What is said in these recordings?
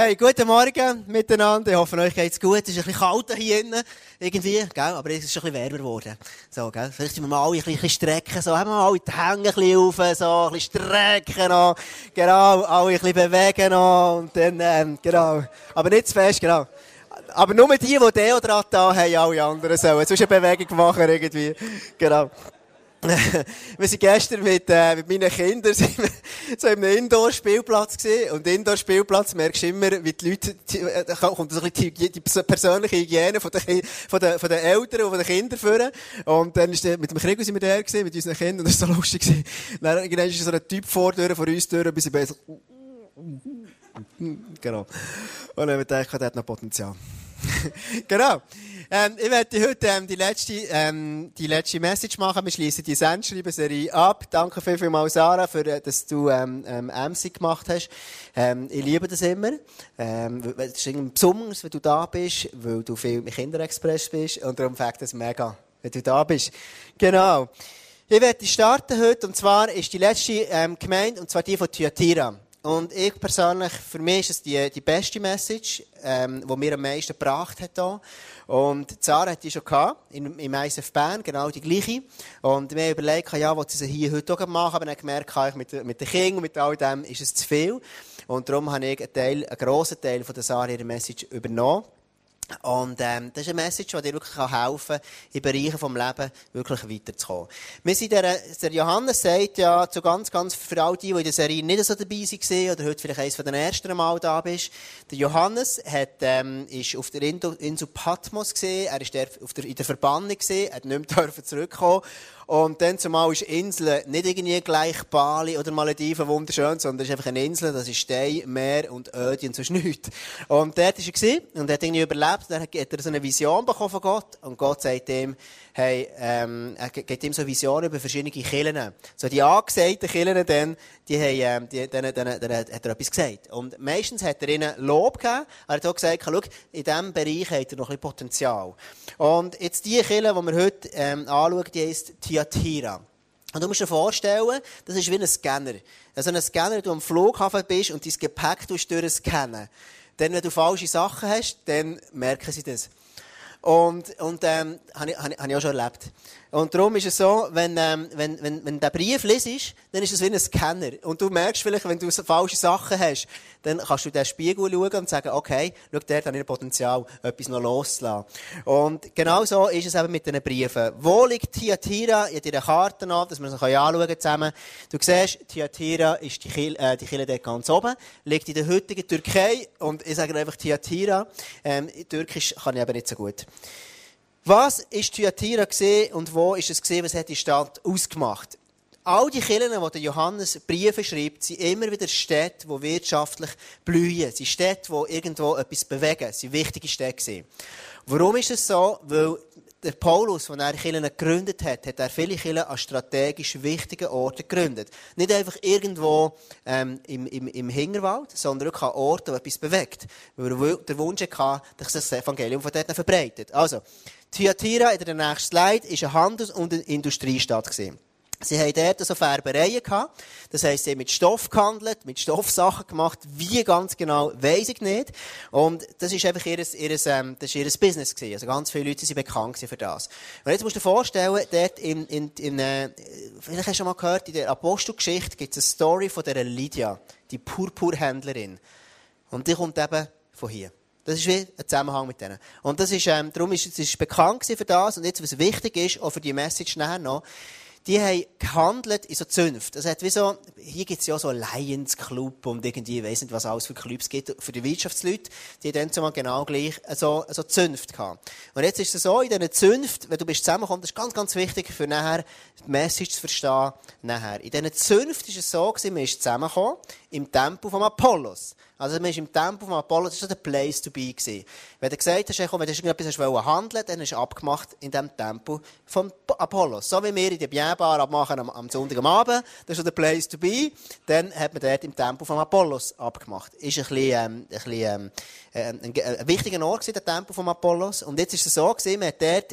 Hey, guten Morgen miteinander. Ich hoffe, euch geht's gut. Es ist ein bisschen kalt hier innen. Irgendwie, gell? Aber es ist schon ein bisschen wärmer geworden. So, gell? Vielleicht müssen wir mal alle ein bisschen strecken. So, haben wir mal alle die Hänge ein bisschen rauf, so, ein bisschen strecken noch. Genau, alle ein bisschen bewegen noch. Und dann, genau. Aber nicht zu fest, genau. Aber nur die Deodorant da haben, alle anderen sollen. Sonst eine Bewegung machen, irgendwie. Genau. Wir sind gestern mit meinen Kindern so in einem Indoor-Spielplatz gewesen. Und Indoor-Spielplatz merkst du immer, wie die Leute, da kommt so ein bisschen die persönliche Hygiene von den Eltern und von den Kindern führen. Und dann mit dem Krieg sind wir da gewesen, mit unseren Kindern, und das war so lustig gewesen. Dann irgendwann ist so ein Typ vor uns durch, bis ich besser, genau. Und dann haben wir gedacht, der hat noch Potenzial. Genau. Ich werde heute die letzte Message machen. Wir schließen die Sendschreiben-Serie ab. Danke vielmals, Sarah, für dass du MC gemacht hast. Ich liebe das immer. Es ist irgendwie besonders, wenn du da bist, weil du viel im Kinderexpress bist. Und darum fängt es mega, wenn du da bist. Genau. Ich werde starten heute. Und zwar ist die letzte Gemeinde, und zwar die von Thyatira. Und ich persönlich, für mich ist es die beste Message, die mir am meisten gebracht hat hier. Und Sarah hat die schon gehabt, im ISF Bern, genau die gleiche. Und wir haben überlegt, ja, was sie hier heute auch machen, aber dann gemerkt, mit den Kindern und mit all dem ist es zu viel. Und darum habe ich einen grossen Teil von der Sarah ihre Message übernommen. Und das ist eine Message, die dir wirklich helfen kann, in Bereichen des Lebens wirklich weiterzukommen. Wir sind der Johannes sagt ja zu ganz für all die in der Serie nicht so dabei waren oder heute vielleicht eines von den ersten Mal da bist. Der Johannes ist auf der Insel Patmos gewesen, er ist in der Verbannung gewesen, hat nicht mehr zurückkommen. Und dann zumal ist Insel nicht irgendwie gleich Bali oder Malediven wunderschön, sondern es ist einfach eine Insel, das ist Stein, Meer und Öde und sonst nichts. Und dort war er gewesen und hat irgendwie überlebt. Dann hat er so eine Vision bekommen von Gott. Und Gott sagt ihm, hey, er gibt ihm so Visionen über verschiedene Kirchen. So die angesagten Kirchen, denen hat er etwas gesagt. Und meistens hat er ihnen Lob gegeben. Er hat auch gesagt, schau, in diesem Bereich hat er noch ein bisschen Potenzial. Und jetzt die Kirche, die wir heute anschauen, die heisst Thyatira. Und du musst dir vorstellen, das ist wie ein Scanner. Also ein Scanner, wenn du am Flughafen bist und dein Gepäck durchscannen. Dann, wenn du falsche Sachen hast, dann merken sie das. Und habe ich auch schon erlebt. Und darum ist es so, wenn der Brief liest, dann ist es wie ein Scanner. Und du merkst vielleicht, wenn du falsche Sachen hast, dann kannst du in den Spiegel schauen und sagen, okay, schau, dort habe ich Potenzial, etwas noch loszulassen. Und genau so ist es eben mit diesen Briefen. Wo liegt Thyatira? Ich habe dir eine Karte an, dass wir es noch anschauen zusammen. Du siehst, Thyatira ist die Kirche dort ganz oben, liegt in der heutigen Türkei. Und ich sage einfach Thyatira. Türkisch kann ich aber nicht so gut. Was ist Thyatira gesehen und wo ist es gesehen? Was hat die Stadt ausgemacht? All die Kirchen, die der Johannes Briefe schreibt, sind immer wieder Städte, die wirtschaftlich blühen. Sie Städte, die irgendwo etwas bewegen. Sie sind wichtige Städte. Warum ist es so? Weil der Paulus, als er Kirchen gegründet hat, hat er viele Kirchen an strategisch wichtigen Orten gegründet. Nicht einfach irgendwo im Hinterwald, sondern wirklich an Orten, wo etwas bewegt. Weil er den Wunsch hatte, dass das Evangelium von dort verbreitet. Also, Thyatira, in der nächsten Slide, war eine Handels- und eine Industriestadt gewesen. Sie haben dort so Färbereien gehabt. Das heisst, sie haben mit Stoff gehandelt, mit Stoffsachen gemacht. Wie ganz genau, weiss ich nicht. Und das ist einfach ihr Business gewesen. Also ganz viele Leute sind bekannt für das. Und jetzt musst du dir vorstellen, dort vielleicht hast du schon mal gehört, in der Apostelgeschichte gibt es eine Story von dieser Lydia, die Purpurhändlerin. Und die kommt eben von hier. Das ist wie ein Zusammenhang mit denen. Und das ist, darum ist es bekannt für das. Und jetzt, was wichtig ist, auch für die Message nachher noch, die haben gehandelt in so Zünften. Das hat wie so, hier gibt's ja so Lions Club und irgendwie, ich weiss nicht, was alles für Clubs gibt, für die Wirtschaftsleute, die haben dann zumal genau gleich so Zünfte gehabt. Und jetzt ist es so, in diesen Zünften, wenn du bist zusammengekommen, das ist ganz wichtig, für nachher die Message zu verstehen, nachher. In diesen Zünften ist es so gewesen, man ist zusammengekommen, im Tempel vom Apollos. Also, man ist im Tempel von Apollos, das war so der Place to be gewesen. Wenn du gesagt hast, wenn du irgendetwas handeln wolltest, dann hast du abgemacht in dem Tempel vom Apollos. So wie wir in der Bienenbar abmachen am Sonntag am Abend, das ist so der Place to be, dann hat man dort im Tempel vom Apollos abgemacht. Ist ein wichtiger Ort gewesen, der Tempel vom Apollos. Und jetzt ist es so gewesen, man hat dort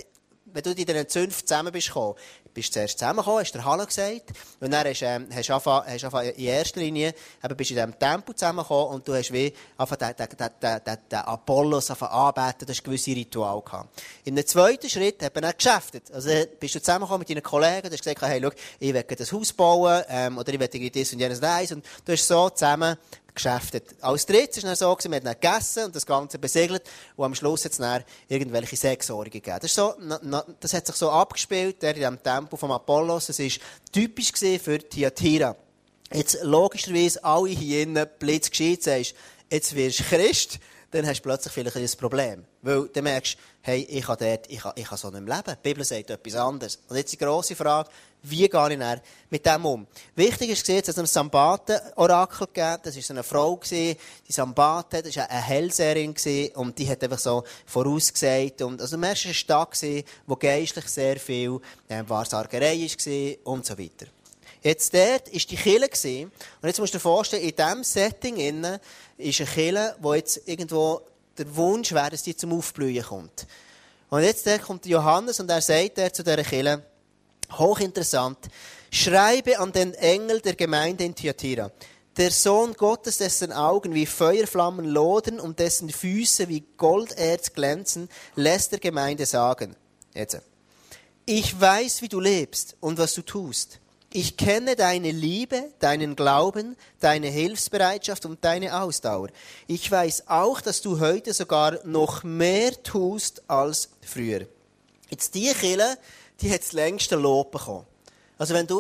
wenn du in diesen Zünften zusammen bist gekommen, bist du zuerst zusammengekommen, hast der Hallo gesagt, und dann hast du angefangen, in erster Linie, bist du in diesem Tempel zusammengekommen, und du hast wie angefangen, den Apollos anbeten, das ist ein gewisses Ritual gehabt. Im zweiten Schritt hat man dann geschäftet. Also, bist du zusammengekommen mit deinen Kollegen, du hast gesagt, hey, schau, ich will das Haus bauen, oder ich will das und jenes eins, und du hast so zusammen geschäftet. Als drittes war es dann so, wir haben dann gegessen und das Ganze besegelt, und am Schluss hat es dann irgendwelche Sexorgien gegeben. Das hat sich so abgespielt, in diesem Tempel vom Apollos. Das war typisch für Thyatira. Jetzt, logischerweise, alle hier innen blitzgescheit sagst, jetzt wirst du Christ, dann hast du plötzlich vielleicht ein Problem. Weil du merkst, hey, ich kann so nicht mehr leben. Die Bibel sagt etwas anderes. Und jetzt die grosse Frage, wie gehe ich dann mit dem um? Wichtig ist, dass es ein Sambate-Orakel gegeben. Das war so eine Frau, die Sambate, das war eine Hellseherin, und die hat einfach so vorausgesagt. Und, also, es war eine Stadt, wo geistlich sehr viel Wahrsagerei war und so weiter. Jetzt dort war die Kirche, und jetzt musst du dir vorstellen, in diesem Setting innen ist eine Kirche, wo jetzt irgendwo der Wunsch wäre, dass die zum Aufblühen kommt. Und jetzt kommt Johannes und er sagt zu dieser Kirche, hochinteressant, schreibe an den Engel der Gemeinde in Thyatira, der Sohn Gottes, dessen Augen wie Feuerflammen lodern und dessen Füße wie Golderz glänzen, lässt der Gemeinde sagen. Jetzt. Ich weiß, wie du lebst und was du tust. Ich kenne deine Liebe, deinen Glauben, deine Hilfsbereitschaft und deine Ausdauer. Ich weiß auch, dass du heute sogar noch mehr tust als früher. Jetzt die Kirche, die hat das längste Lob bekommen. Also wenn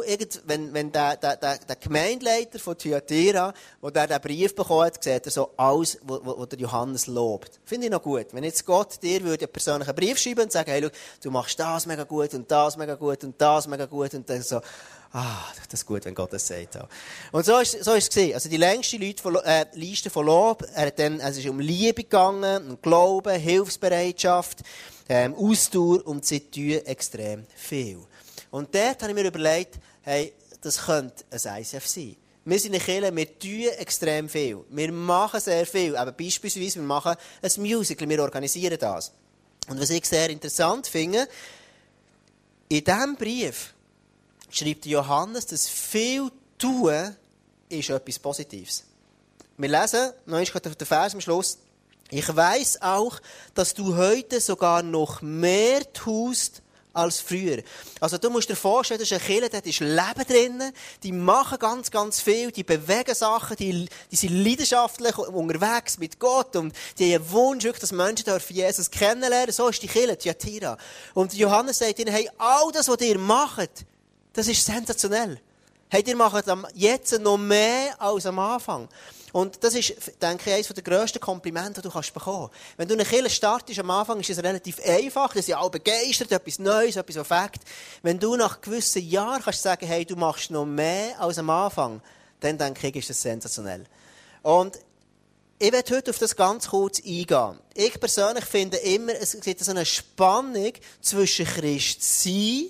der Gemeindeleiter von Thyatira, wo der den Brief bekommen hat, sieht er so alles, wo der Johannes lobt. Finde ich noch gut. Wenn jetzt Gott dir einen persönlichen Brief schreiben und sagen, hey, schau, du machst das mega gut und das mega gut und das mega gut, und dann so, das ist gut, wenn Gott das sagt. Und so ist es gewesen. Also die längste Liste von Lob, es ist um Liebe gegangen, um Glauben, Hilfsbereitschaft, Ausdauer, und sie tun extrem viel. Und dort habe ich mir überlegt, hey, das könnte ein ICF sein. Wir sind eine Kirche, wir tun extrem viel. Wir machen sehr viel. Aber beispielsweise, wir machen ein Musical, wir organisieren das. Und was ich sehr interessant finde, in diesem Brief schreibt Johannes, dass viel tun ist etwas Positives. Wir lesen, noch ist gerade der Vers am Schluss, ich weiss auch, dass du heute sogar noch mehr tust als früher. Also du musst dir vorstellen, das ist eine Kirche, da ist Leben drin, die machen ganz, ganz viel, die bewegen Sachen, die sind leidenschaftlich unterwegs mit Gott, und die haben einen Wunsch, wirklich, dass Menschen Jesus kennenlernen. So ist die Kirche, Thyatira. Und Johannes sagt ihnen, hey, all das, was ihr macht, das ist sensationell. Hey, ihr macht jetzt noch mehr als am Anfang. Und das ist, denke ich, eines der grössten Komplimente, die du bekommen kannst. Wenn du eine Kirche startest am Anfang, ist es relativ einfach. Da sind alle begeistert, etwas Neues, etwas Effekt. Wenn du nach gewissen Jahren kannst sagen, hey, du machst noch mehr als am Anfang, dann denke ich, ist das sensationell. Und ich werde heute auf das ganz kurz eingehen. Ich persönlich finde immer, es gibt so eine Spannung zwischen Christ sein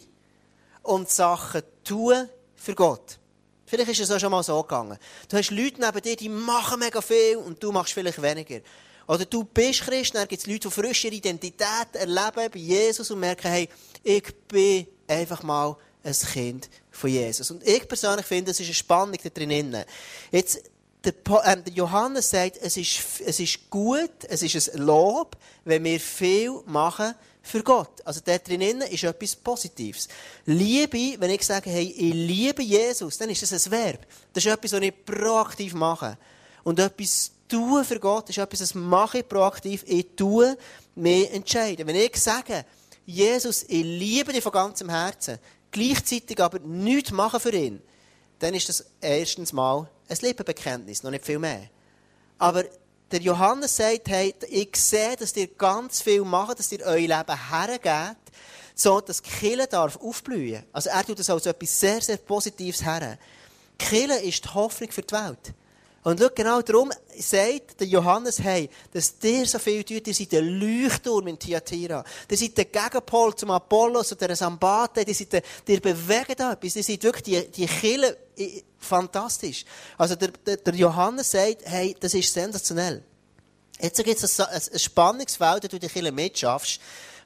und Sachen tun für Gott. Vielleicht ist es auch schon mal so gegangen. Du hast Leute neben dir, die machen mega viel und du machst vielleicht weniger. Oder du bist Christ, dann gibt es Leute, die frische Identität erleben bei Jesus und merken, hey, ich bin einfach mal ein Kind von Jesus. Und ich persönlich finde, es ist eine Spannung da drinnen. Jetzt, der Johannes sagt, es ist gut, es ist ein Lob, wenn wir viel machen für Gott. Also dort drinnen ist etwas Positives. Liebe, wenn ich sage, hey, ich liebe Jesus, dann ist das ein Verb. Das ist etwas, was ich proaktiv mache. Und etwas tun für Gott ist etwas, das mache ich proaktiv. Ich tue mich entscheiden. Wenn ich sage, Jesus, ich liebe dich von ganzem Herzen, gleichzeitig aber nichts machen für ihn, dann ist das erstens mal ein Lippenbekenntnis, noch nicht viel mehr. Aber der Johannes sagt, hey, ich sehe, dass ihr ganz viel macht, dass ihr euer Leben hergebt, so dass die Kirche aufblühen darf. Also er tut das als etwas sehr, sehr Positives her. Die Kirche ist die Hoffnung für die Welt. Und schau, genau darum sagt der Johannes, hey, dass ihr so viel tut, ihr seid ein Leuchtturm in Thyatira. Ihr seid der Gegenpol zum Apollos oder der Sambate, ihr bewegt etwas, ihr seid wirklich die Kirche fantastisch. Also der Johannes sagt, hey, das ist sensationell. Jetzt gibt es ein Spannungsfeld, wenn du die Kirche mitschaffst.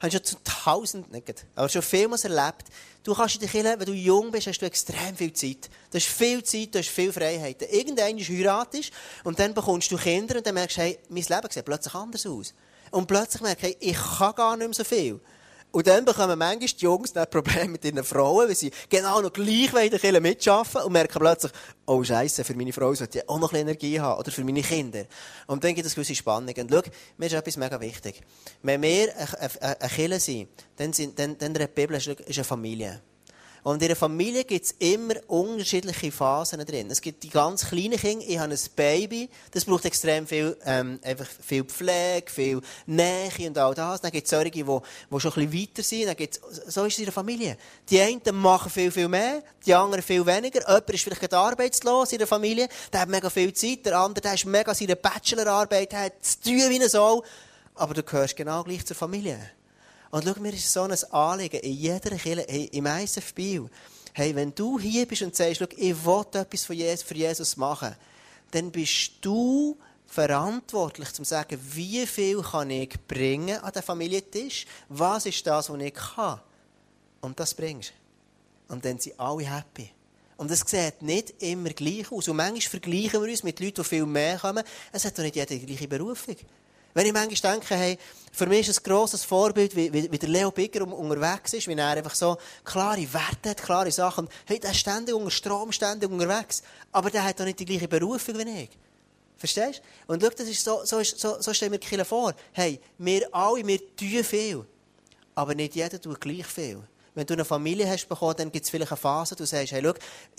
habe ich schon zu Tausenden, nicht, aber schon vielmals erlebt. Du kannst in der Kirche, wenn du jung bist, hast du extrem viel Zeit. Du hast viel Zeit, du hast viel Freiheiten. Irgendwann heiratest und dann bekommst du Kinder und dann merkst du, hey, mein Leben sieht plötzlich anders aus. Und plötzlich merkst du, hey, ich kann gar nicht mehr so viel. Und dann bekommen manchmal die Jungs ein Problem mit ihren Frauen, weil sie genau noch gleich in der Kirche mitarbeiten und merken plötzlich, oh Scheisse, für meine Frau sollte ich auch noch ein bisschen Energie haben. Oder für meine Kinder. Und dann gibt es gewisse Spannungen. Und schau, mir ist etwas mega wichtig. Wenn wir eine Kirche sind, dann die Bibel ist eine Familie. Und in einer Familie gibt es immer unterschiedliche Phasen drin. Es gibt die ganz kleinen Kinder, ich habe ein Baby, das braucht extrem viel, einfach viel Pflege, viel Nähe und all das. Dann gibt es solche, die schon ein bisschen weiter sind. Dann gibt's, so ist es in der Familie. Die einen machen viel mehr, die anderen viel weniger. Jemand ist vielleicht gerade arbeitslos in der Familie, der hat mega viel Zeit, der andere der ist mega seine Bachelorarbeit, der hat zu tun wie eine Sau. Aber du gehörst genau gleich zur Familie. Und schau, mir ist so ein Anliegen in jeder Kirche, hey, im ISF Biel. Hey, wenn du hier bist und sagst, schau, ich will etwas für Jesus machen, dann bist du verantwortlich, um zu sagen, wie viel kann ich bringen an den Familientisch? Was ist das, was ich kann? Und das bringst du. Und dann sind alle happy. Und es sieht nicht immer gleich aus. Und manchmal vergleichen wir uns mit Leuten, die viel mehr kommen. Es hat doch nicht jeder die gleiche Berufung. Wenn ich manchmal denke, hey, für mich ist ein grosses Vorbild, wie der Leo Bigger unterwegs ist, wie er einfach so klare Werte hat, klare Sachen. Hey, der ist ständig unter Strom, ständig unterwegs. Aber der hat doch nicht die gleiche Berufung wie ich. Verstehst du? Und schau, das ist so stellen wir die Kirche vor. Hey, wir alle, wir tun viel. Aber nicht jeder tut gleich viel. Wenn du eine Familie hast bekommen, dann gibt es vielleicht eine Phase, du sagst, hey, schau,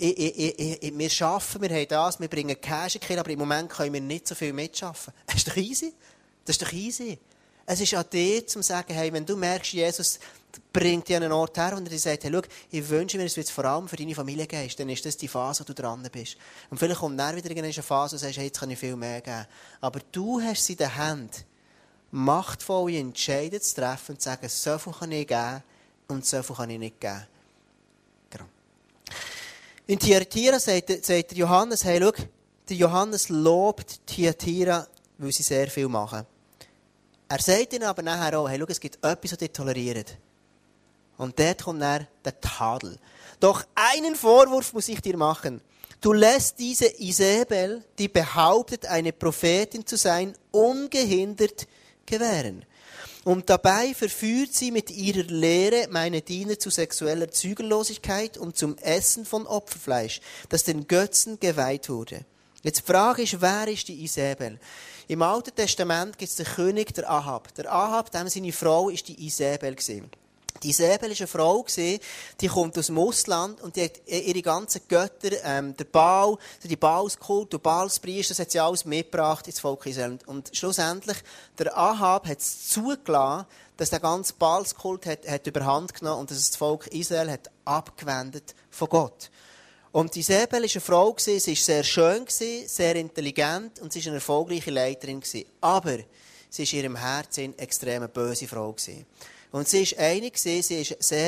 wir arbeiten, wir haben das, wir bringen Cash in die Kirche, aber im Moment können wir nicht so viel mitschaffen. Das ist doch easy. Das ist doch easy. Es ist an dir, zu sagen, hey, wenn du merkst, Jesus bringt dich an einen Ort her und er dir sagt, hey, schau, ich wünsche mir, dass du jetzt vor allem für deine Familie gehst, dann ist das die Phase, wo du dran bist. Und vielleicht kommt dann wieder eine Phase, wo du sagst, hey, jetzt kann ich viel mehr geben. Aber du hast sie in der Hand, machtvolle Entscheidungen zu treffen und zu sagen, so viel kann ich geben und so viel kann ich nicht geben. Genau. In Thyatira sagt der Johannes, hey, schau, der Johannes lobt Thyatira, weil sie sehr viel machen. Er sagt ihnen aber nachher auch, hey, schau, es gibt etwas, was ihr toleriert. Und dort kommt dann der Tadel. Doch einen Vorwurf muss ich dir machen. Du lässt diese Isabel, die behauptet, eine Prophetin zu sein, ungehindert gewähren. Und dabei verführt sie mit ihrer Lehre meine Diener zu sexueller Zügellosigkeit und zum Essen von Opferfleisch, das den Götzen geweiht wurde. Jetzt die Frage ist, wer ist die Isabel? Im Alten Testament gibt es den König, der Ahab. Der Ahab, dem seine Frau, war die Isabel. Die Isabel war eine Frau, die kommt aus dem Ausland und die hat ihre ganzen Götter, der Baal, die Baalskult, der Baalspriester, das hat sie alles mitgebracht ins Volk Israel. Und schlussendlich, der Ahab hat es zugelassen, dass der ganze Baalskult hat überhand genommen und dass das Volk Israel hat abgewendet von Gott. Und Isabel war eine Frau, sie war sehr schön, sehr intelligent und sie war eine erfolgreiche Leiterin. Aber sie war in ihrem Herzen eine extrem böse Frau. Und sie war eine, sie ist sehr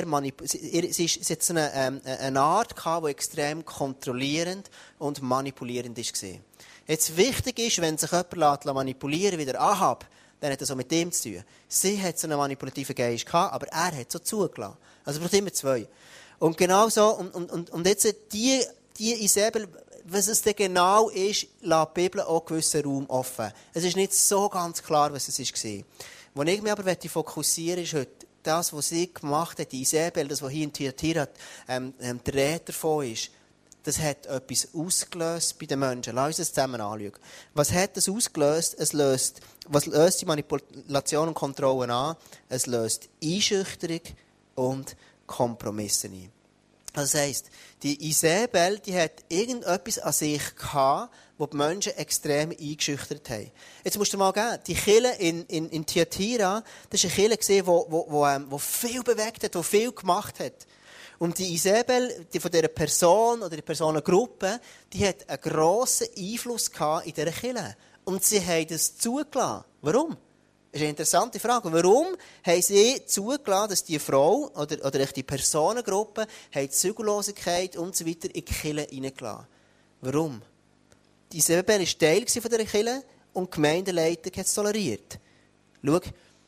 sie hat so eine Art gehabt, die extrem kontrollierend und manipulierend war. Jetzt wichtig ist, wenn sich jemand manipulieren lässt, wie der Ahab, dann hat das auch mit dem zu tun. Sie hat so einen manipulativen Geist gehabt, aber er hat so zugelassen. Also es braucht immer zwei. Und genau so, und jetzt die Isabel, was es denn genau ist, lässt die Bibel auch gewissen Raum offen. Es ist nicht so ganz klar, was es war. Wo ich mich aber fokussieren möchte, ist heute das, was sie gemacht hat, die Isabel, das, was hier in Thyatira der Rede davon ist, das hat etwas ausgelöst bei den Menschen. Lass uns das zusammen anschauen. Was hat das ausgelöst? Was löst die Manipulation und Kontrolle an? Es löst Einschüchterung und Kompromisse ein. Das heisst, die Isabel, die hat irgendetwas an sich gehabt, wo die Menschen extrem eingeschüchtert haben. Jetzt musst du mal gehen, die Kirche in Thyatira, das war eine Kirche, die viel bewegt hat, die viel gemacht hat. Und die Isabel, die von dieser Person oder die Personengruppe, die hat einen grossen Einfluss gehabt in dieser Kirche. Und sie haben das zugelassen. Warum? Das ist eine interessante Frage. Warum haben sie zugelassen, dass die Frau oder die Personengruppe die Zügellosigkeit und so weiter in die Kirche hineingelassen? Warum? Die Isabel war Teil von dieser Kirche und die Gemeindeleitung hat es toleriert. Schau,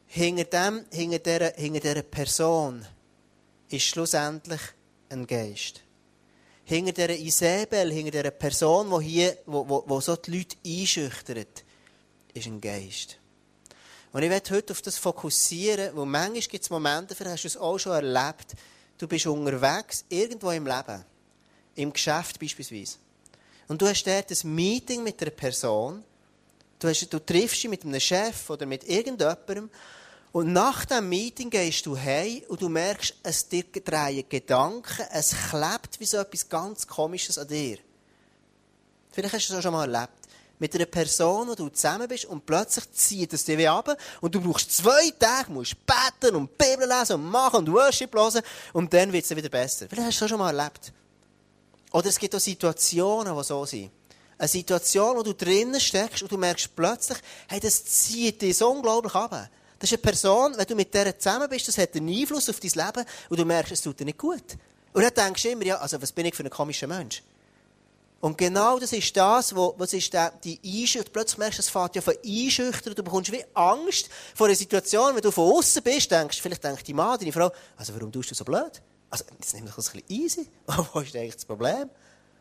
hinter dieser Person ist schlussendlich ein Geist. Hinter dieser Isabel, hinter dieser Person, wo so die Leute einschüchtert, ist ein Geist. Und ich werde heute auf das fokussieren, weil manchmal gibt es Momente, vielleicht hast du es auch schon erlebt, du bist unterwegs, irgendwo im Leben, im Geschäft beispielsweise. Und du hast dort ein Meeting mit einer Person, du triffst dich mit einem Chef oder mit irgendjemandem und nach diesem Meeting gehst du heim und du merkst, es dir drehen Gedanken, es klebt wie so etwas ganz Komisches an dir. Vielleicht hast du das auch schon mal erlebt. Mit einer Person, wo du zusammen bist und plötzlich zieht es dich wie runter und du brauchst 2 Tage, musst beten und die Bibel lesen und machen und Worship hören und dann wird es wieder besser. Vielleicht hast du das schon mal erlebt. Oder es gibt auch Situationen, die so sind. Eine Situation, wo du drinnen steckst und du merkst plötzlich, hey, das zieht dich so unglaublich runter. Das ist eine Person, wenn du mit der zusammen bist, das hat einen Einfluss auf dein Leben und du merkst, es tut dir nicht gut. Und dann denkst du immer, ja, also was bin ich für ein komischer Mensch? Und genau das ist das, was ist die Einschüchterung. Plötzlich merkst du, es fängt ja von Einschüchtern. Du bekommst wie Angst vor einer Situation, wenn du von außen bist, vielleicht denkt die Mann, deine Frau, also warum tust du so blöd? Also, jetzt nimm doch das ein bisschen easy. Wo ist eigentlich das Problem?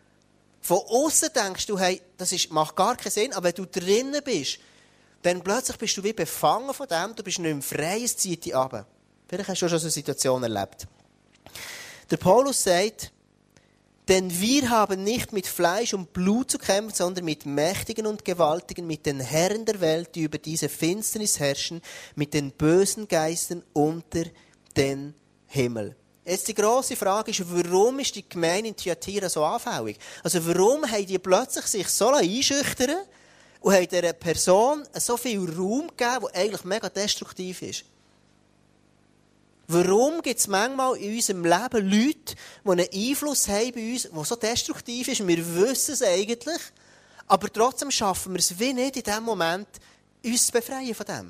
Von außen denkst du, hey, macht gar keinen Sinn, aber wenn du drinnen bist, dann plötzlich bist du wie befangen von dem, du bist nicht mehr frei, es zieht dich runter. Vielleicht hast du schon so eine Situation erlebt. Der Paulus sagt, denn wir haben nicht mit Fleisch und Blut zu kämpfen, sondern mit Mächtigen und Gewaltigen, mit den Herren der Welt, die über diese Finsternis herrschen, mit den bösen Geistern unter den Himmel. Jetzt die grosse Frage ist, warum ist die Gemeinde in Thyatira so anfällig? Also warum haben die plötzlich sich so einschüchtern und haben dieser Person so viel Raum gegeben, der eigentlich mega destruktiv ist? Warum gibt es manchmal in unserem Leben Leute, die einen Einfluss haben bei uns, der so destruktiv ist, wir wissen es eigentlich, aber trotzdem schaffen wir es wie nicht in dem Moment, uns zu befreien von dem?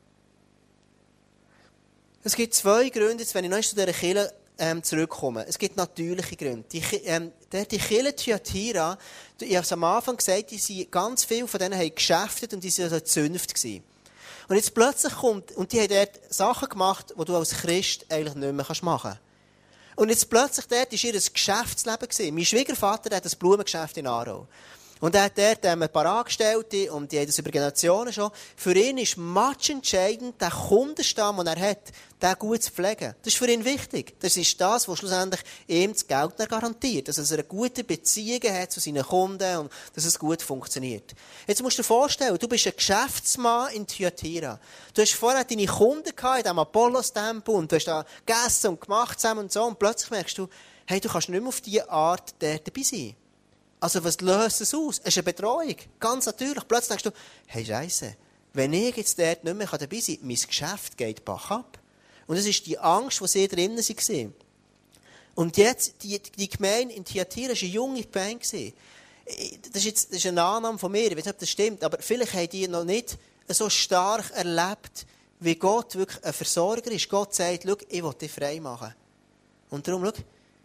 Es gibt 2 Gründe, jetzt, wenn ich noch zu dieser Kirche zurückkomme. Es gibt natürliche Gründe. Die Kirche Thyatira, ich habe es am Anfang gesagt, ganz viele von denen haben geschäftet und die waren so Zünft gewesen. Und jetzt plötzlich und die haben dort Sachen gemacht, die du als Christ eigentlich nicht mehr machen kannst. Und jetzt plötzlich dort war ihr Geschäftsleben gewesen. Mein Schwiegervater hat ein Blumengeschäft in Aarau. Und er hat dort ein paar Angestellte, und die haben das über Generationen schon. Für ihn ist matchentscheidend, den Kundenstamm, den er hat, den gut zu pflegen. Das ist für ihn wichtig. Das ist das, was schlussendlich ihm das Geld garantiert. Dass er eine gute Beziehung hat zu seinen Kunden und dass es gut funktioniert. Jetzt musst du dir vorstellen, du bist ein Geschäftsmann in Thyatira. Du hast vorher deine Kunden gehabt in diesem Apollos-Tempel und du hast da gegessen und gemacht zusammen und so. Und plötzlich merkst du, hey, du kannst nicht mehr auf diese Art dort dabei sein. Also was löst es aus? Es ist eine Bedrohung. Ganz natürlich. Plötzlich denkst du, hey Scheisse, wenn ich jetzt dort nicht mehr dabei sein kann, mein Geschäft geht bach ab. Und das ist die Angst, die sie drinnen waren. Und jetzt, die Gemeinde in Thyatira war eine junge Gemeinde. Das ist eine Annahme von mir, ich weiß nicht, ob das stimmt, aber vielleicht haben die noch nicht so stark erlebt, wie Gott wirklich ein Versorger ist. Gott sagt, schau, ich will dich frei machen. Und darum, schau,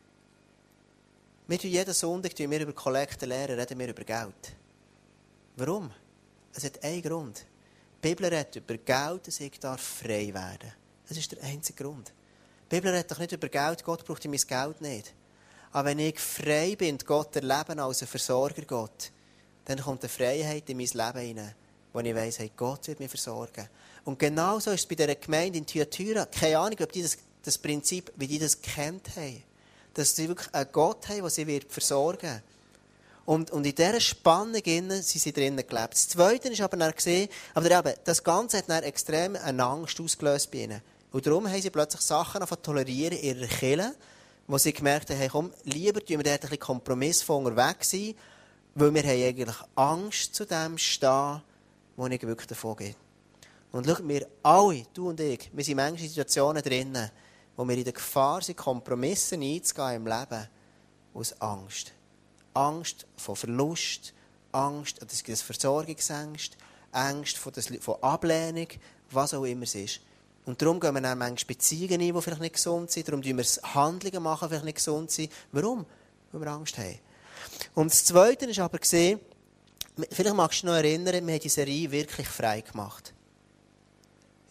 jeden Sonntag reden wir über Kollekte lehren, reden wir über Geld. Warum? Es hat einen Grund. Die Bibel redet über Geld, dass ich frei werden darf. Das ist der einzige Grund. Die Bibel redet doch nicht über Geld, Gott braucht mein Geld nicht. Aber wenn ich frei bin, Gott erleben als ein Versorger Gott, dann kommt eine Freiheit in mein Leben hinein, wo ich weiss, hey, Gott wird mich versorgen. Und genau so ist es bei dieser Gemeinde in Thyatira. Keine Ahnung, ob die das Prinzip, wie die das kennt haben. Dass sie wirklich einen Gott haben, der sie versorgen wird. Und in dieser Spannung sind sie drinnen gelebt. Das Zweite ist aber dann gesehen, das Ganze hat dann extrem eine Angst ausgelöst bei ihnen. Und darum haben sie plötzlich Sachen tolerieren in ihrer Kirche, wo sie gemerkt haben, hey, komm, lieber tun wir dort ein bisschen kompromissvoll unterwegs sein, weil wir haben eigentlich Angst zu dem stehen, wo nicht wirklich davon geht. Und schau, wir alle, du und ich, wir sind in manchen Situationen drinnen, wo wir in der Gefahr sind, Kompromisse einzugehen im Leben, aus Angst. Angst vor Verlust, Angst, das Versorgungsängste, Angst vor Ablehnung, was auch immer es ist. Und darum gehen wir dann manchmal Beziehungen ein, die vielleicht nicht gesund sind. Darum machen wir Handlungen, die vielleicht nicht gesund sind. Warum? Weil wir Angst haben. Und das Zweite ist aber gesehen, vielleicht magst du dich noch erinnern, wir haben die Serie wirklich frei gemacht.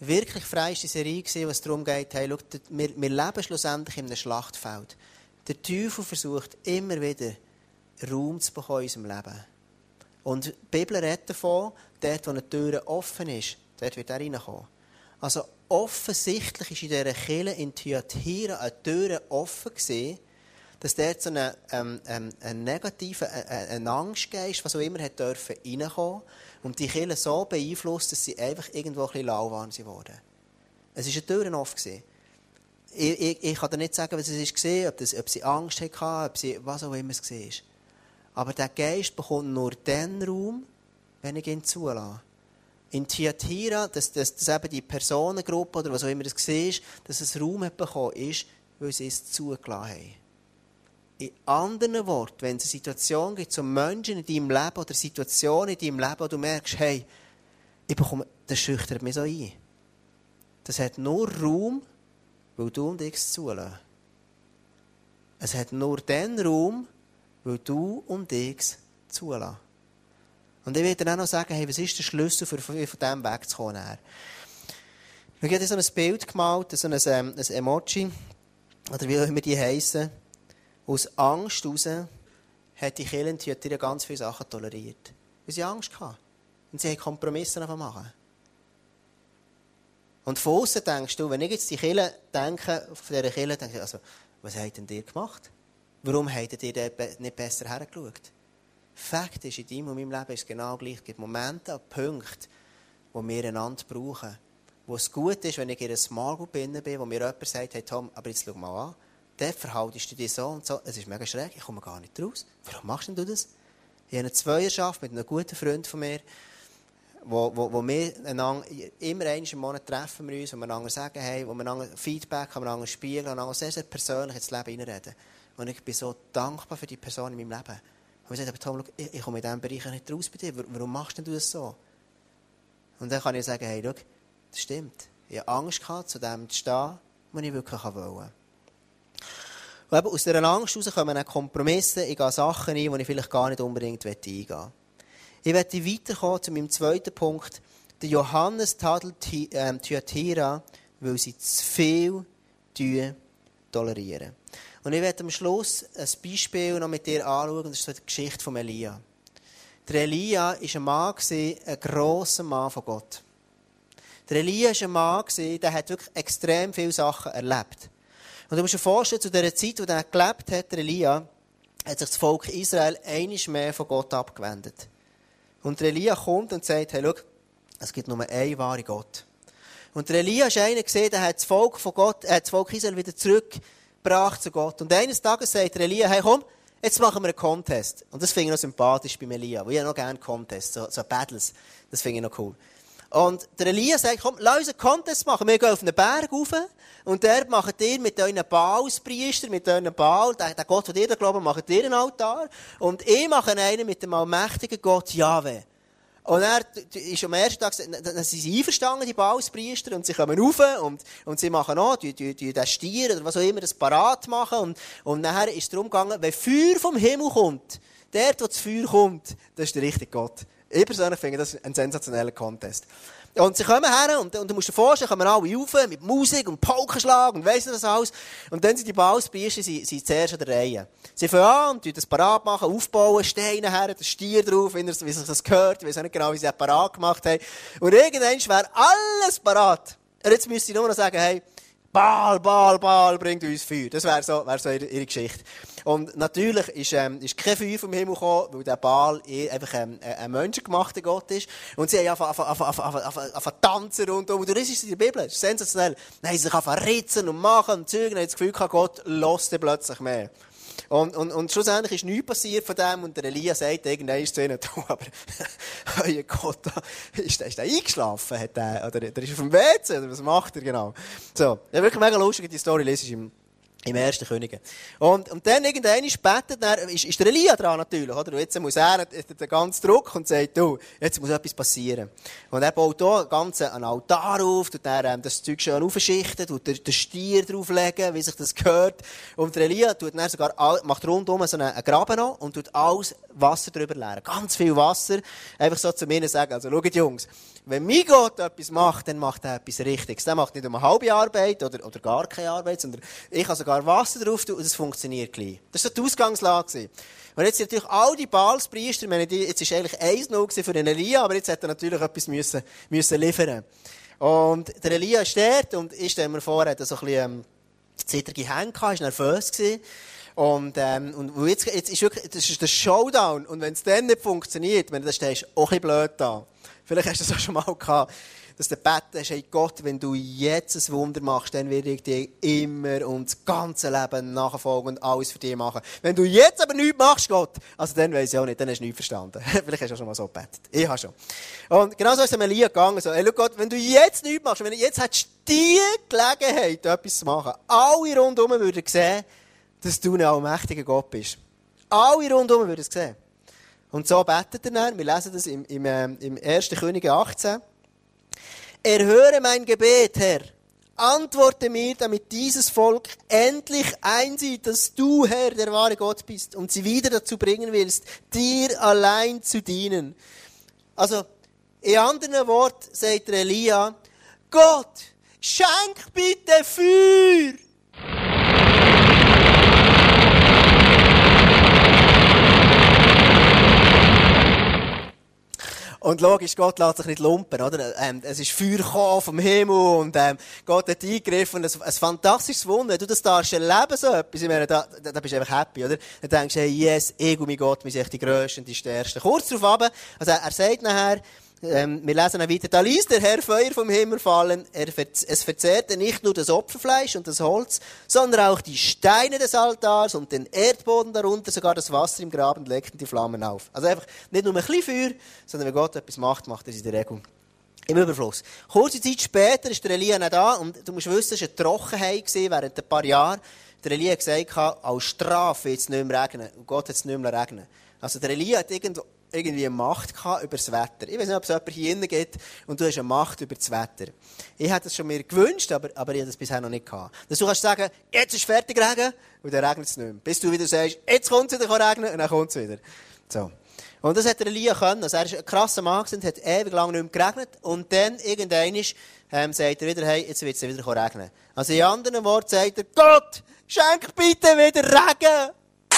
Wirklich frei war die Serie, wo es darum geht, hey, schau, wir leben schlussendlich in einem Schlachtfeld. Der Teufel versucht immer wieder, Raum zu bekommen in unserem Leben. Und die Bibel redet davon, dort, wo eine Tür offen ist, dort wird er reinkommen. Also offensichtlich ist in dieser Kirche in Thyatira eine Tür offen gewesen, dass dort so ein negativer, ein Angstgeist, was auch immer, hat dürfen reinkommen und die Kirche so beeinflusst, dass sie einfach irgendwo ein bisschen lauwarm wurden. Es war eine Tür offen gewesen. Ich kann dir nicht sagen, was es war, ob sie Angst hatten, ob sie, was auch immer es war. Aber der Geist bekommt nur den Raum, wenn ich ihn zulasse. In Thyatira, dass eben die Personengruppe oder was auch immer es war, dass es Raum hat bekommen ist, weil sie es zugelassen haben. In anderen Worten, wenn es eine Situation gibt, so Menschen in deinem Leben oder Situationen in deinem Leben, wo du merkst, hey, das schüchtert mich so ein. Das hat nur Raum, weil du und ich es zulassen. Es hat nur den Raum, weil du und ich es zulassen. Und ich werde dann auch noch sagen, hey, was ist der Schlüssel, von diesem wegzukommen? Wir haben so ein Bild gemalt, so ein Emoji, oder wie auch immer die heissen. Aus Angst heraus hat die Kirche in Thyatira ganz viele Sachen toleriert. Weil sie Angst hatten. Und sie haben Kompromisse machen. Und von außen denkst du, wenn ich jetzt die Kirche denke, von dieser Kirche denke ich, also, was habt denn ihr gemacht? Warum habt ihr nicht besser hergeschaut? Fakt ist, in deinem und meinem Leben ist es genau gleich. Es gibt Momente, Punkte, wo wir einander brauchen. Wo es gut ist, wenn ich in einer Small Group bin, wo mir jemand sagt, hey Tom, aber jetzt schau mal an. Dort verhaltest du dich so und so. Es ist mega schräg, ich komme gar nicht raus. Warum machst denn du das? Ich habe eine Zweierschaft mit einem guten Freund von mir, wo wir einander, immer einmal im Monat treffen wir uns, wo wir einander sagen, hey, wo wir einander Feedback haben, einander spiegeln, einander sehr, sehr persönlich ins Leben hineinreden. Und ich bin so dankbar für die Person in meinem Leben. Und ich sage, aber Tom, ich komme in diesem Bereich nicht raus bei dir. Warum machst denn du das so? Und dann kann ich sagen, hey, schau, das stimmt. Ich habe Angst gehabt, zu dem zu stehen, was ich wirklich wollte. Und eben aus dieser Angst heraus kommen dann Kompromisse. Ich gehe Sachen ein, die ich vielleicht gar nicht unbedingt eingehen will. Ich werde weiterkommen zu meinem zweiten Punkt. Der Johannes tadelt Thyatira, weil sie zu viel tolerieren. Und ich werde am Schluss ein Beispiel noch mit dir anschauen, das ist so die Geschichte von Elia. Der Elia war ein Mann, ein grosser Mann von Gott. Der Elia war ein Mann, der hat wirklich extrem viele Sachen erlebt. Und du musst dir vorstellen, zu dieser Zeit, wo er gelebt hat, der Elia, hat sich das Volk Israel einmal mehr von Gott abgewendet. Und der Elia kommt und sagt, hey, schau, es gibt nur einen wahren Gott. Und der Elia ist einer gesehen, der hat das Volk Israel wieder zurückgebracht zu Gott. Und eines Tages sagt der Elia, hey, komm, jetzt machen wir einen Contest. Und das finde ich noch sympathisch bei Elia, weil ich noch gerne Contests, so Battles, das finde ich noch cool. Und der Elia sagt, komm, lass uns einen Contest machen. Wir gehen auf einen Berg rauf und dort macht ihr mit euren Baalspriester, mit euren Baal, der Gott, den ihr da glaubt, macht ihr einen Altar. Und ich mache einen mit dem allmächtigen Gott Jahwe. Und er ist am ersten Tag, dann sind sie einverstanden, die Baalspriester, und sie kommen rauf und sie machen auch, den Stier oder was auch immer, das parat machen. Und nachher ist es darum gegangen, wenn Feuer vom Himmel kommt, dort, wo das Feuer kommt, das ist der richtige Gott. Ich persönlich finde das ein sensationeller Contest. Und sie kommen her und du musst dir vorstellen, kommen alle rauf mit Musik und Paukenschlag und weiss nicht was alles. Und dann sind die Baalspriester zuerst an der Reihe. Sie fangen an und das parat machen, aufbauen, Steine her, der Stier drauf, wie sich das gehört. Ich weiss nicht genau, wie sie das parat gemacht haben. Und irgendwann wäre alles parat. Und jetzt müsste ich nur noch sagen, hey, Baal, bringt uns Feuer. Das wäre so ihre Geschichte. Und natürlich ist kein Feuer vom Himmel gekommen, weil der Baal einfach ein menschengemachter Gott ist. Und sie haben angefangen tanzen rundum. Und du liest es in der Bibel, das ist sensationell. Dann haben sie sich angefangen ritzen und machen und zeugen. Und haben das Gefühl gehabt, Gott lässt plötzlich mehr. Und schlussendlich ist nichts passiert von dem. Und der Elia sagt irgendwann zu ihnen, aber euer Gott, ist der eingeschlafen? Oder ist er auf dem WC? Oder was macht er genau? So, ja, wirklich mega lustig, die Story lese ich im Im 1. Könige. Und dann irgendwann ist der Elia dran natürlich, oder? Und jetzt muss er den ganzen Druck und sagt, du, jetzt muss etwas passieren. Und er baut hier einen Altar auf, tut dann das Zeug schön aufschichten, tut den Stier drauflegen, wie sich das gehört. Und der Elia tut dann macht rundum so einen Graben noch und tut alles Wasser drüber leeren. Ganz viel Wasser. Einfach so zu mir sagen, also schaut Jungs, wenn mein Gott etwas macht, dann macht er etwas Richtiges. Der macht nicht eine halbe Arbeit oder gar keine Arbeit, sondern ich kann sogar Wasser drauf tun und es funktioniert gleich. Das war so die Ausgangslage. Und jetzt sind natürlich all die Baalspriester, jetzt war eigentlich 1-0 für den Elia, aber jetzt hätte er natürlich etwas müssen liefern. Und der Elia ist dort und ich stelle mir vor, er hat so ein bisschen zittrige Hände gehabt, ist nervös gewesen. Und jetzt ist wirklich, das ist der Showdown. Und wenn es dann nicht funktioniert, dann stehst du auch ein bisschen blöd da. Vielleicht hast du das auch schon mal gehabt, dass du gebeten hast, hey Gott, wenn du jetzt ein Wunder machst, dann werde ich dir immer und das ganze Leben nachfolgen und alles für dich machen. Wenn du jetzt aber nichts machst, Gott, also dann weiss ich auch nicht, dann hast du nichts verstanden. Vielleicht hast du auch schon mal so gebetet. Ich habe schon. Und genau so ist es dem Elia gegangen. So, hey, schau Gott, wenn du jetzt nichts machst, wenn du jetzt hättest die Gelegenheit, etwas zu machen, alle rundherum würden sehen, dass du ein allmächtiger Gott bist. Alle rundherum würden es sehen. Und so betet er dann, wir lesen das im 1. Könige 18. Erhöre mein Gebet, Herr. Antworte mir, damit dieses Volk endlich einsieht, dass du, Herr, der wahre Gott bist und sie wieder dazu bringen willst, dir allein zu dienen. Also, in anderen Worten sagt der Elia, Gott, schenk bitte Feuer. Und logisch, Gott lässt sich nicht lumpen, oder? Es ist Feuer gekommen vom Himmel und Gott hat eingegriffen. Und ein fantastisches Wunder. Wenn du das darfst erleben, so etwas, ich meine, da bist du einfach happy, oder? Dann denkst du, hey, yes, ich und mein Gott, wir sind echt die Grössten und die Stärksten. Kurz darauf runter, also er sagt nachher, wir lesen dann weiter, da ließ der Herr Feuer vom Himmel fallen, es verzehrte nicht nur das Opferfleisch und das Holz, sondern auch die Steine des Altars und den Erdboden darunter, sogar das Wasser im Graben leckten die Flammen auf. Also einfach nicht nur ein bisschen Feuer, sondern wenn Gott etwas macht, macht er es in der Regel im Überfluss. Kurze Zeit später ist der Elia nicht da und du musst wissen, es war eine Trockenheit während ein paar Jahren. Der Elia hat gesagt, als Strafe wird es nicht mehr regnen und Gott hat es nicht mehr regnen. Also der Elia hat irgendwie eine Macht gehabt über das Wetter. Ich weiß nicht, ob es jemand hier innen gibt und du hast eine Macht über das Wetter. Ich hätte es schon mir gewünscht, aber ich habe das bisher noch nicht gehabt. Dass du kannst sagen, jetzt ist fertig Regen und dann regnet es nicht mehr. Bis du wieder sagst, jetzt kommt es wieder regnen und dann kommt es wieder. So. Und das hat der Elia können. Also er ist ein krasser Mann und hat ewig lang nicht mehr geregnet und dann irgendwann sagt er wieder, hey, jetzt wird es wieder regnen. Also in anderen Worten sagt er, Gott, schenk bitte wieder Regen!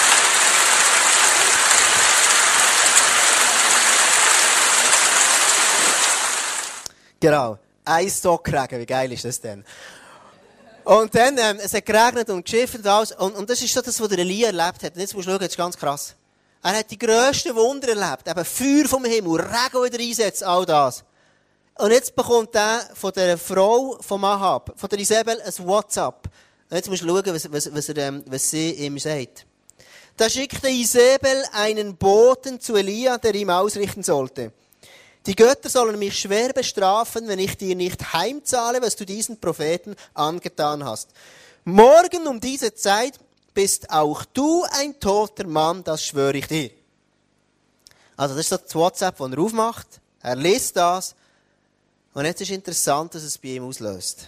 Genau. Ein Stockregen. Wie geil ist das denn? Und dann, es hat geregnet und geschifft und alles. Und das ist so das, was der Elia erlebt hat. Und jetzt musst du schauen, das ist ganz krass. Er hat die grössten Wunder erlebt. Eben Feuer vom Himmel, Regen wieder einsetzt, all das. Und jetzt bekommt er von der Frau von Ahab, von der Isabel, ein WhatsApp. Und jetzt musst du schauen, was sie ihm sagt. Da schickte Isabel einen Boten zu Elia, der ihm ausrichten sollte. Die Götter sollen mich schwer bestrafen, wenn ich dir nicht heimzahle, was du diesen Propheten angetan hast. Morgen um diese Zeit bist auch du ein toter Mann, das schwöre ich dir. Also das ist so das WhatsApp, das er aufmacht. Er liest das. Und jetzt ist interessant, dass es bei ihm auslöst.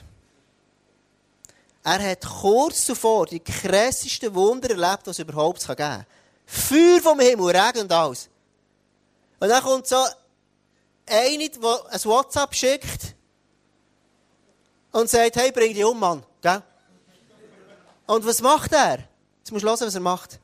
Er hat kurz zuvor die krassesten Wunder erlebt, was es überhaupt geben kann. Feuer vom Himmel, Regen und alles. Und dann kommt so eine, die ein WhatsApp schickt und sagt, hey, bring dich um, Mann. Gell? Und was macht er? Jetzt musst du hören, was er macht.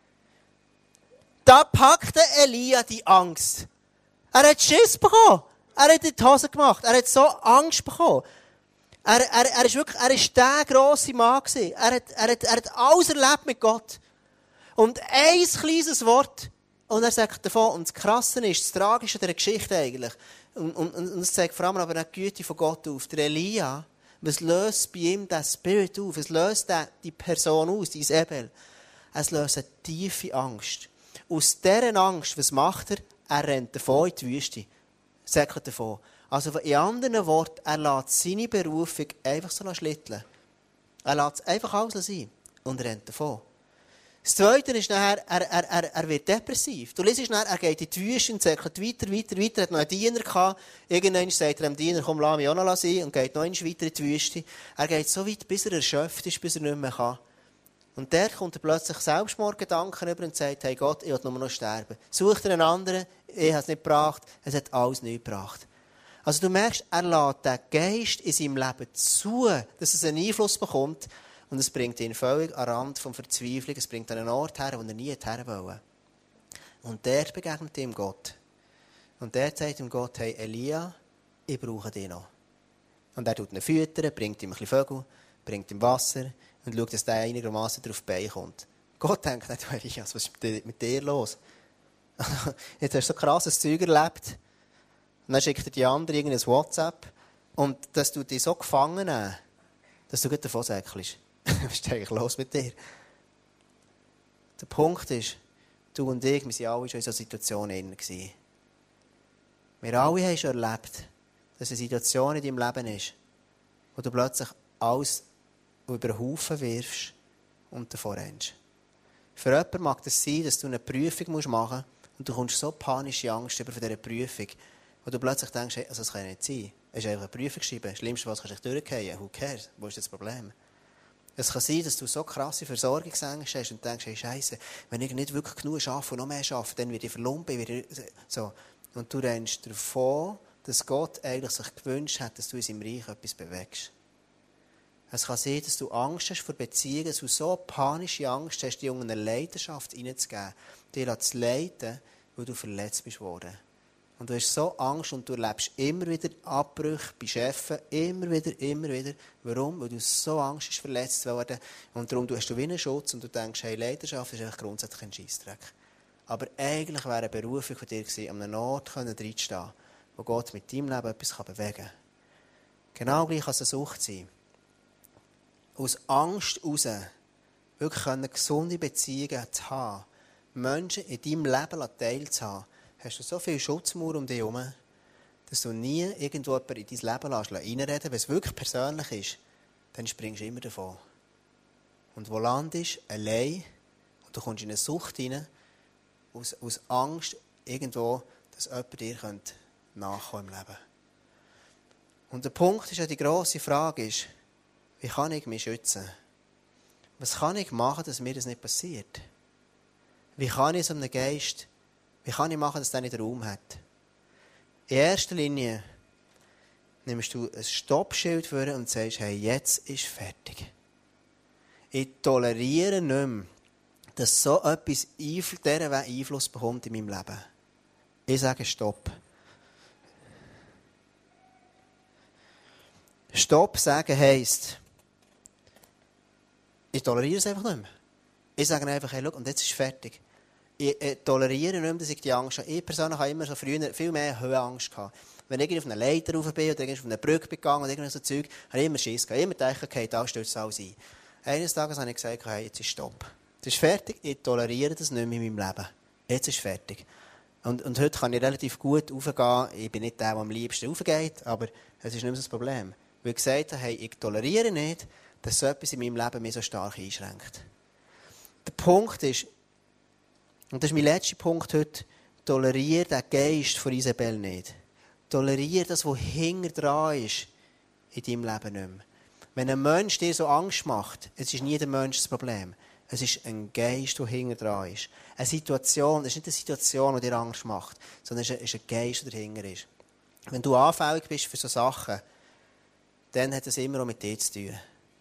Da packte Elia die Angst. Er hat Schiss bekommen. Er hat in die Hose gemacht. Er hat so Angst bekommen. Er ist der grosse Mann gewesen. Er hat alles erlebt mit Gott. Und ein kleines Wort, und er sagt davon, und das Krasse ist, das Tragische dieser Geschichte eigentlich, und es zeigt vor allem aber auch die Güte von Gott auf. Der Elia, was löst bei ihm den Spirit auf? Es löst die Person aus, die Isabel. Es löst eine tiefe Angst. Aus dieser Angst, was macht er? Er rennt davon in die Wüste. Säckelt davon. Also in anderen Worten, er lässt seine Berufung einfach so schlitteln. Er lässt es einfach alles sein. und rennt davon. Das Zweite ist nachher, er wird depressiv. Du liest nachher, er geht in die Wüste und zirkelt weiter. Er hat noch einen Diener gehabt. Irgendwann sagt er dem Diener, komm, lass mich auch noch sein. Und geht noch einmal weiter in die Wüste. Er geht so weit, bis er erschöpft ist, bis er nicht mehr kann. Und der kommt er plötzlich Selbstmordgedanken über und sagt, hey Gott, ich will nur noch sterben. Sucht er einen anderen, ich habe es nicht gebracht, es hat alles nicht gebracht. Also du merkst, er lässt den Geist in seinem Leben zu, dass es einen Einfluss bekommt. Und es bringt ihn völlig an den Rand von Verzweiflung. Es bringt an einen Ort her, wo er nie her wollte. Und dort begegnet ihm Gott. Und dort sagt ihm Gott, hey Elia, ich brauche dich noch. Und er tut ihn füttern, bringt ihm ein bisschen Vögel, bringt ihm Wasser und schaut, dass der einigermaßen darauf die Beine kommt. Gott denkt nicht, Elias, was ist mit dir los? Jetzt hast du so krasses Zeug erlebt. Und dann schickt er die andere irgendein WhatsApp. Und das tut dich so gefangen nehmen, dass du gut davon säckelst. Was ist eigentlich los mit dir? Der Punkt ist, du und ich, wir waren alle schon in dieser Situation drin. Wir alle haben schon erlebt, dass eine Situation in deinem Leben ist, wo du plötzlich alles über den Haufen wirfst und davor rennst. Für jemanden mag das sein, dass du eine Prüfung machen musst und du kommst so panische Angst über von dieser Prüfung, wo du plötzlich denkst, hey, also das kann nicht sein. Es ist einfach eine Prüfung geschrieben. Das Schlimmste, was kannst du dich durchgehen. Who cares? Wo ist das Problem? Es kann sein, dass du so krasse Versorgungsängste hast und denkst, hey, Scheiße, wenn ich nicht wirklich genug arbeite und noch mehr arbeite, dann werde ich verlumpen. So. Und du rennst davon, dass Gott eigentlich sich gewünscht hat, dass du in seinem Reich etwas bewegst. Es kann sein, dass du Angst hast vor Beziehungen, dass du so panische Angst hast, die unter eine Leidenschaft hineinzugeben, dir zu leiten, weil du verletzt bist worden. Und du hast so Angst und du erlebst immer wieder Abbrüche bei Chefen, immer wieder. Warum? Weil du so Angst hast, verletzt zu werden. Und darum hast du wie einen Schutz und du denkst, hey, Leidenschaft ist eigentlich grundsätzlich ein Scheissdreck. Aber eigentlich wäre eine Berufung von dir gewesen, an einem Ort reinzustehen, wo Gott mit deinem Leben etwas bewegen kann. Genau gleich kann es eine Sucht sein. Aus Angst heraus wirklich gesunde Beziehungen zu haben, Menschen in deinem Leben teilzuhaben, hast du so viel Schutzmauer um dich herum, dass du nie irgendwo in dein Leben reinreden lässt. Wenn es wirklich persönlich ist, dann springst du immer davon. Und wo landest du allein und du kommst in eine Sucht hinein, aus Angst irgendwo, dass jemand dir nachkommen im Leben. Und der Punkt ist ja, die grosse Frage ist, wie kann ich mich schützen? Was kann ich machen, dass mir das nicht passiert? Wie kann ich so einem Geist, wie kann ich machen, dass der nicht Raum hat? In erster Linie nimmst du ein Stoppschild vor und sagst, hey, jetzt ist fertig. Ich toleriere nicht mehr, dass so etwas dieser Einfluss bekommt in meinem Leben. Ich sage Stopp. Stopp sagen heisst, ich toleriere es einfach nicht mehr. Ich sage einfach, hey, schau, und jetzt ist fertig. Ich toleriere nicht mehr, dass ich die Angst habe. Ich persönlich habe immer so früher viel mehr Höhenangst gehabt. Wenn ich auf einer Leiter rauf bin oder auf einer Brücke gegangen oder so Zeug, habe ich immer Schiss gehabt. Ich habe immer gedacht, okay, da stürzt alles ein. Eines Tages habe ich gesagt, hey, jetzt ist Stopp. Jetzt ist fertig, ich toleriere das nicht mehr in meinem Leben. Jetzt ist fertig. Und heute kann ich relativ gut raufgehen. Ich bin nicht der, der am liebsten raufgeht, aber es ist nicht mehr so das Problem. Weil ich gesagt habe, hey, ich toleriere nicht, dass so etwas in meinem Leben mich so stark einschränkt. Der Punkt ist, und das ist mein letzter Punkt heute, toleriere den Geist von Isabel nicht. Toleriere das, was hinter dran ist, in deinem Leben nicht mehr. Wenn ein Mensch dir so Angst macht, es ist nie der Mensch das Problem. Es ist ein Geist, der hinter dran ist. Eine Situation, es ist nicht eine Situation, die dir Angst macht, sondern es ist ein Geist, der dahinter ist. Wenn du anfällig bist für solche Sachen, dann hat es immer auch mit dir zu tun.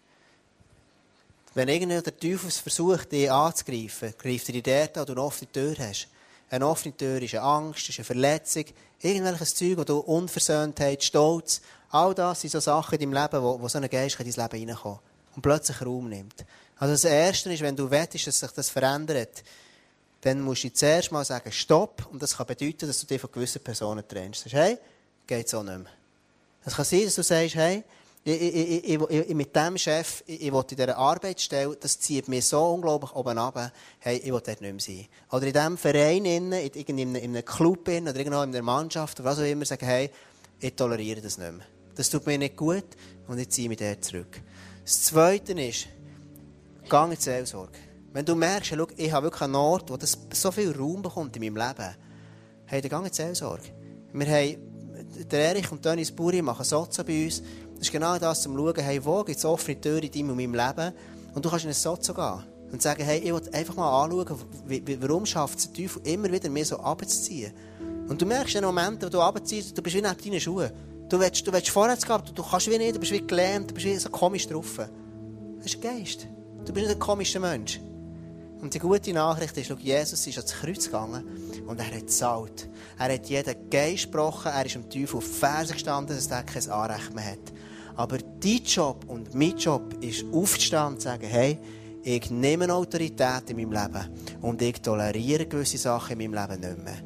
Wenn irgendjemand der Teufel versucht, dich anzugreifen, greift er dich dort an, und du eine offene Tür hast. Eine offene Tür ist eine Angst, ist eine Verletzung, irgendwelches Zeug, wo du Unversöhntheit, Stolz, all das sind so Sachen in deinem Leben, wo so ein Geist in dein Leben reinkommt und plötzlich Raum nimmt. Also das Erste ist, wenn du willst, dass sich das verändert, dann musst du zuerst mal sagen, Stopp, und das kann bedeuten, dass du dich von gewissen Personen trennst. Du sagst, hey, geht so nicht mehr. Es kann sein, dass du sagst, hey, ich mit dem Chef, ich will in dieser Arbeitsstelle, das zieht mir so unglaublich oben runter, hey, ich will dort nicht mehr sein. Oder in diesem Verein, in einem Club oder irgendwo in der Mannschaft, oder was auch immer, sagen, hey, ich toleriere das nicht mehr. Das tut mir nicht gut und ich ziehe mich dort zurück. Das Zweite ist, geh in die Seelsorge. Wenn du merkst, schau, ich habe wirklich einen Ort, wo das so viel Raum bekommt in meinem Leben, hey, dann geh in die Seelsorge. Wir haben, der Erich und Dennis Buri machen Sozo bei uns. Das ist genau das, um zu schauen, hey, wo gibt es offene Türen in deinem und meinem Leben? Und du kannst in ein Sozo gehen und sagen, hey, ich will einfach mal anschauen, warum schafft es der Teufel immer wieder, mir so runterzuziehen. Und du merkst in den Momenten, wo du runterziehst, du bist wie neben deinen Schuhen. Du willst vorwärts gehen, du kannst wie nicht, du bist wie gelähmt, du bist wie so komisch drauf. Das ist ein Geist. Du bist nicht ein komischer Mensch. Und die gute Nachricht ist, schau, Jesus ist ans Kreuz gegangen und er hat gezahlt. Er hat jeden Geist gebrochen, er ist dem Teufel auf die Ferse gestanden, dass er kein Anrecht mehr hat. Aber dein Job und mein Job ist aufzustehen und zu sagen, hey, ich nehme eine Autorität in meinem Leben und ich toleriere gewisse Sachen in meinem Leben nicht mehr.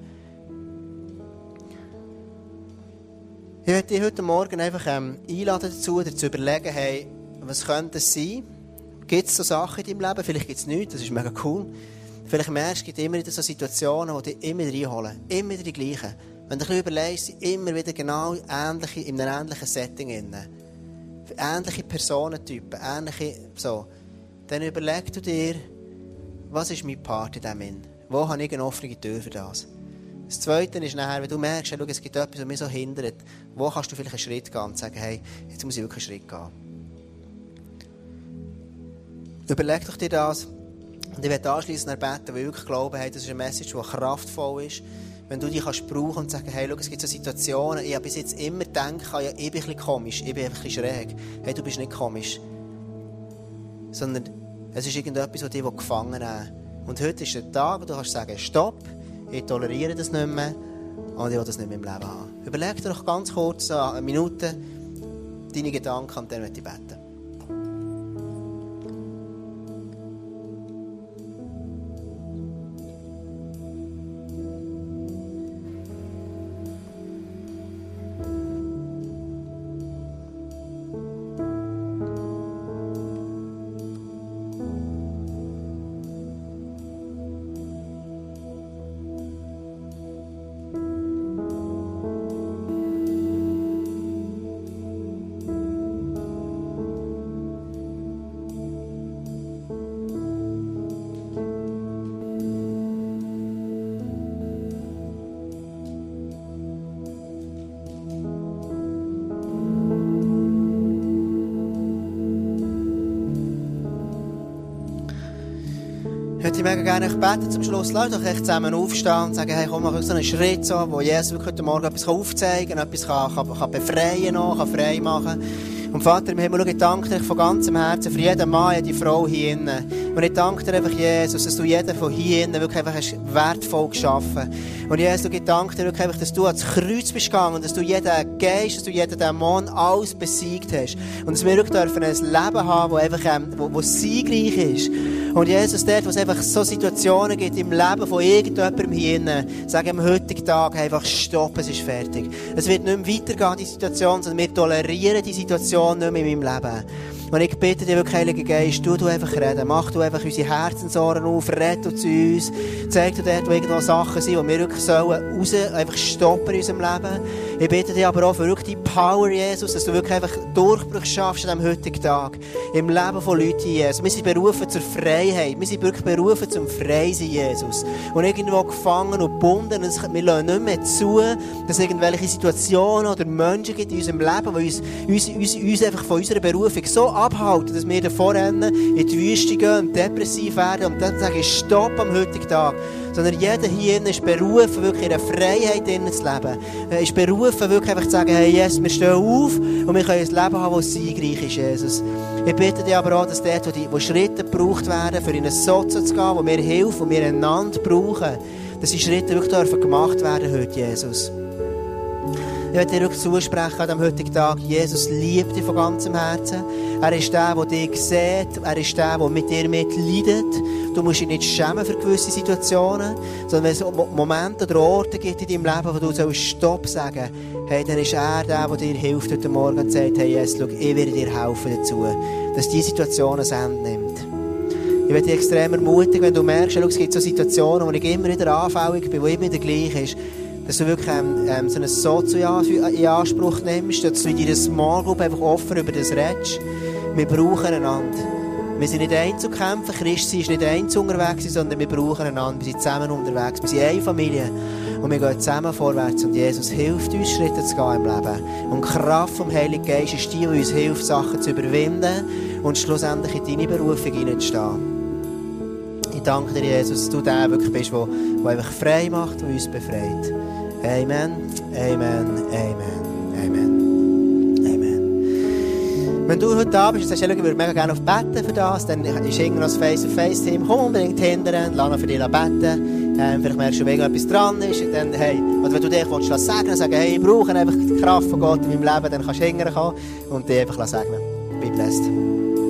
Ich möchte dich heute Morgen einfach einladen dazu, dir zu überlegen, hey, was könnte es sein? Gibt es so Sachen in deinem Leben? Vielleicht gibt es nichts, das ist mega cool. Vielleicht merkst du, es gibt immer wieder so Situationen, die dich immer reinholen. Immer wieder die gleichen. Wenn du ein bisschen überlegst, sind immer wieder genau ähnliche, in einem ähnlichen Setting inne. Ähnliche Personentypen, ähnliche, so. Dann überleg du dir, was ist mein Part in dem Sinn? Wo habe ich eine offene Tür für das? Das Zweite ist nachher, wenn du merkst, hey, schau, es gibt etwas, was mich so hindert, wo kannst du vielleicht einen Schritt gehen und sagen, hey, jetzt muss ich wirklich einen Schritt gehen. Überleg doch dir das. Und ich werde anschliessend beten, weil ich wirklich glaube, hey, das ist eine Message, die kraftvoll ist. Wenn du die kannst brauchen und sagen, hey, schau, es gibt so Situationen, ich habe bis jetzt immer gedacht, ja, ich bin ein bisschen komisch, ich bin einfach ein bisschen schräg. Hey, du bist nicht komisch. Sondern es ist irgendetwas, das dich gefangen nimmt. Und heute ist der Tag, wo du kannst sagen, stopp, ich toleriere das nicht mehr und ich will das nicht mehr im Leben haben. Überleg dir doch ganz kurz, eine Minute, deine Gedanken und dann möchte ich beten. Ich würde mega gerne beten zum Schluss. Lass doch echt zusammen aufstehen und sagen, hey, komm, mach so einen Schritt, so, wo Jesus wirklich heute Morgen etwas aufzeigen kann, etwas kann befreien kann frei machen. Und Vater im Himmel, ich danke dir von ganzem Herzen für jeden Mann, jede Frau hier innen. Und ich danke dir einfach, Jesus, dass du jeden von hier innen wirklich einfach wertvoll geschaffen hast. Und Jesus, ich danke dir wirklich einfach, dass du ans Kreuz bist gegangen und dass du jeden Geist, dass du jeden Dämon alles besiegt hast. Und dass wir wirklich dürfen ein Leben haben, das einfach, wo siegreich ist. Und Jesus, dort, wo es einfach so Situationen gibt im Leben von irgendjemandem hier innen, sagen wir am heutigen Tag einfach stopp, es ist fertig. Es wird nicht mehr weitergehen, die Situation, sondern wir tolerieren die Situation nicht mehr in meinem Leben. Und ich bitte dich wirklich, Heiliger Geist, du einfach reden. Mach du einfach unsere Herzensohren auf, red du zu uns. Zeig du dort, wo irgendwo Sachen sind, die wir wirklich sollen raus, einfach stoppen in unserem Leben. Ich bitte dich aber auch für wirklich die Power, Jesus, dass du wirklich einfach Durchbruch schaffst an diesem heutigen Tag. Im Leben von Leuten, Jesus. Wir sind berufen zur Freiheit. Wir sind wirklich berufen zum Freisein, Jesus. Und irgendwo gefangen und gebunden. Und wir lassen nicht mehr zu, dass es irgendwelche Situationen oder Menschen gibt in unserem Leben, die uns einfach von unserer Berufung so abhalten, dass wir davor rennen, in die Wüste gehen und depressiv werden und dann sagen, stopp am heutigen Tag. Sondern jeder hier ist berufen, wirklich in der Freiheit zu leben. Er ist berufen, wirklich einfach zu sagen, hey, yes, wir stehen auf und wir können ein Leben haben, das siegreich ist, Jesus. Ich bitte dich aber auch, dass dort, wo Schritte gebraucht werden, für in ein Sozo zu gehen, wo wir Hilfe, wo wir einander brauchen, dass die Schritte wirklich gemacht werden heute, Jesus. Ich möchte dir wirklich zusprechen an diesem heutigen Tag, Jesus liebt dich von ganzem Herzen. Er ist der, der dich sieht. Er ist der, der mit dir mitleidet. Du musst dich nicht schämen für gewisse Situationen, sondern wenn es Momente oder Orte gibt in deinem Leben, wo du Stopp sagen sollst, hey, dann ist er der dir hilft heute Morgen und sagt, hey, Jesus, schau, ich werde dir helfen dazu, dass diese Situation ein Ende nimmt. Ich werde dich extrem ermutigen, wenn du merkst, schau, es gibt so Situationen, wo ich immer wieder anfällig bin, wo immer wieder gleich ist, dass du wirklich so ein Sozo in Anspruch nimmst, dass du in deiner Small Group einfach offen über das redest. Wir brauchen einander. Wir sind nicht einzukämpfen, Christsein ist nicht eins unterwegs, sondern wir brauchen einander, wir sind zusammen unterwegs, wir sind eine Familie und wir gehen zusammen vorwärts und Jesus hilft uns, Schritte zu gehen im Leben. Und die Kraft vom Heiligen Geist ist die uns hilft, Sachen zu überwinden und schlussendlich in deine Berufung hineinzustehen. Ich danke dir, Jesus, dass du der wirklich bist, der einfach frei macht und uns befreit. Amen, Amen, Amen, Amen. Wenn du heute da bist und sagst, ich würde mega gerne auf beten für das, dann ist irgendwo das Face-to-Face-Team. Komm unbedingt hinterher, lass noch für dich beten. Vielleicht merkst du, wenn etwas dran ist. Dann, hey, oder wenn du dich sagen willst, hey, ich brauche einfach die Kraft von Gott in meinem Leben, dann kannst du hinterher kommen und dich einfach segnen. Be blessed.